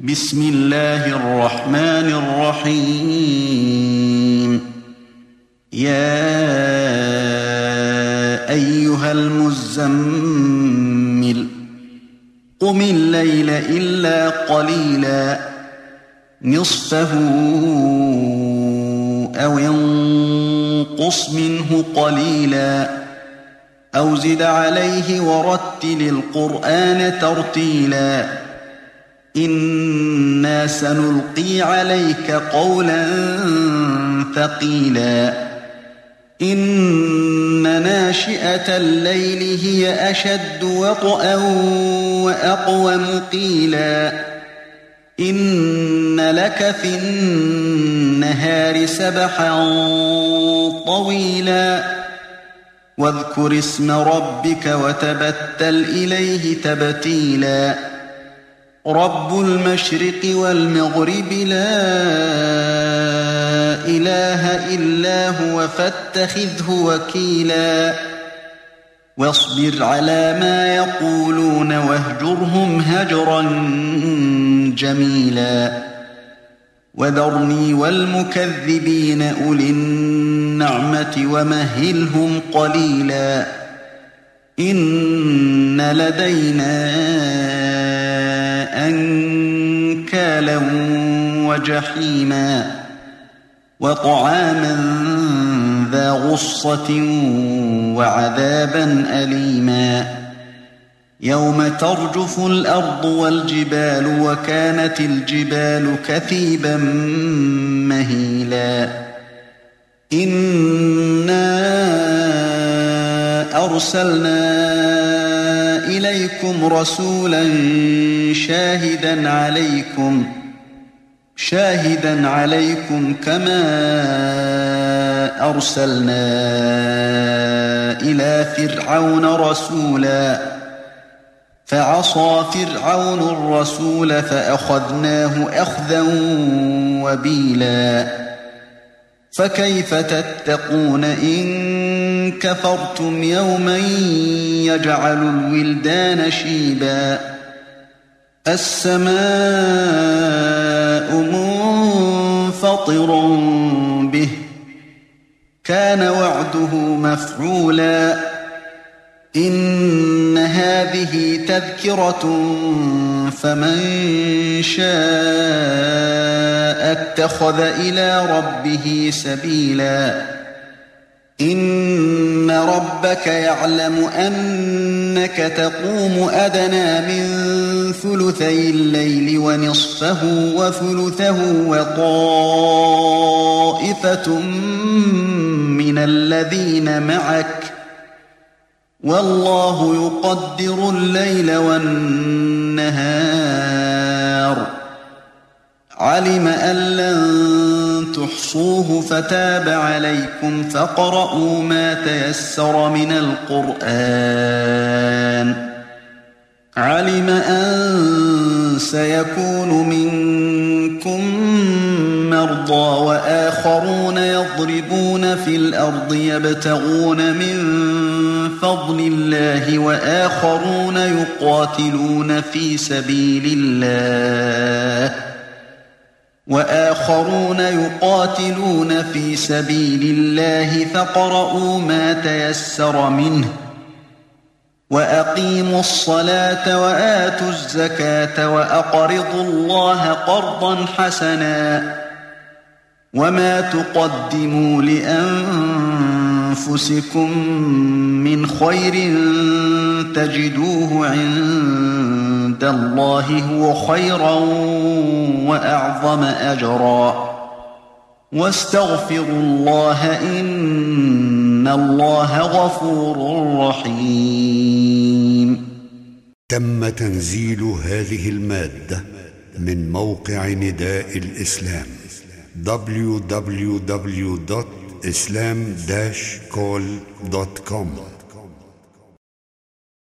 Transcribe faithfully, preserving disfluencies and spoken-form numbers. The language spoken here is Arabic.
بسم الله الرحمن الرحيم يا أيها المزمل قم الليل إلا قليلا نصفه أو انقص منه قليلا أو زد عليه ورتل القرآن ترتيلا إنا سنلقي عليك قولا ثقيلا إن ناشئة الليل هي أشد وطئا وأقوم قيلا إن لك في النهار سبحا طويلا واذكر اسم ربك وتبتل إليه تبتيلا رب المشرق والمغرب لا إله إلا هو فاتخذه وكيلا واصبر على ما يقولون واهجرهم هجرا جميلا وذرني والمكذبين أولي النعمة ومهلهم قليلا إن لدينا أنكالا وجحيما وطعاما ذا غصة وعذابا أليما يوم ترجف الأرض والجبال وكانت الجبال كثيبا مهيلا إنا أرسلنا إليكم رسولا شاهدا عليكم شاهدا عليكم كما أرسلنا إلى فرعون رسولا فعصى فرعون الرسول فأخذناه أخذا وبيلا فكيف تتقون إن كفرتم يوما يجعل الولدان شيبا السماء منفطر به كان وعده مفعولا إن هذه تذكرة فمن شاء اتخذ إلى ربه سبيلا إن ربك يعلم أنك تقوم أدنى من ثلثي الليل ونصفه وثلثه وطائفة من الذين معك والله يقدر الليل والنهار علم أن لن تحصوه فتاب عليكم فاقرؤوا ما تيسر من القرآن علم أن سيكون منكم مرضى وآخرون يضربون في الأرض يبتغون من فضل الله وآخرون يقاتلون في سبيل الله وآخرون يقاتلون في سبيل الله فاقرؤوا ما تيسر منه وأقيموا الصلاة وآتوا الزكاة وأقرضوا الله قرضا حسنا وما تقدموا لأنفسكم من خير تجدوه عند الله هو خيرا وأعظم أجرا واستغفروا الله إن الله غفور رحيم. تم تنزيل هذه المادة من موقع نداء الإسلام دبليو دبليو دبليو دوت إسلام داش كول دوت كوم.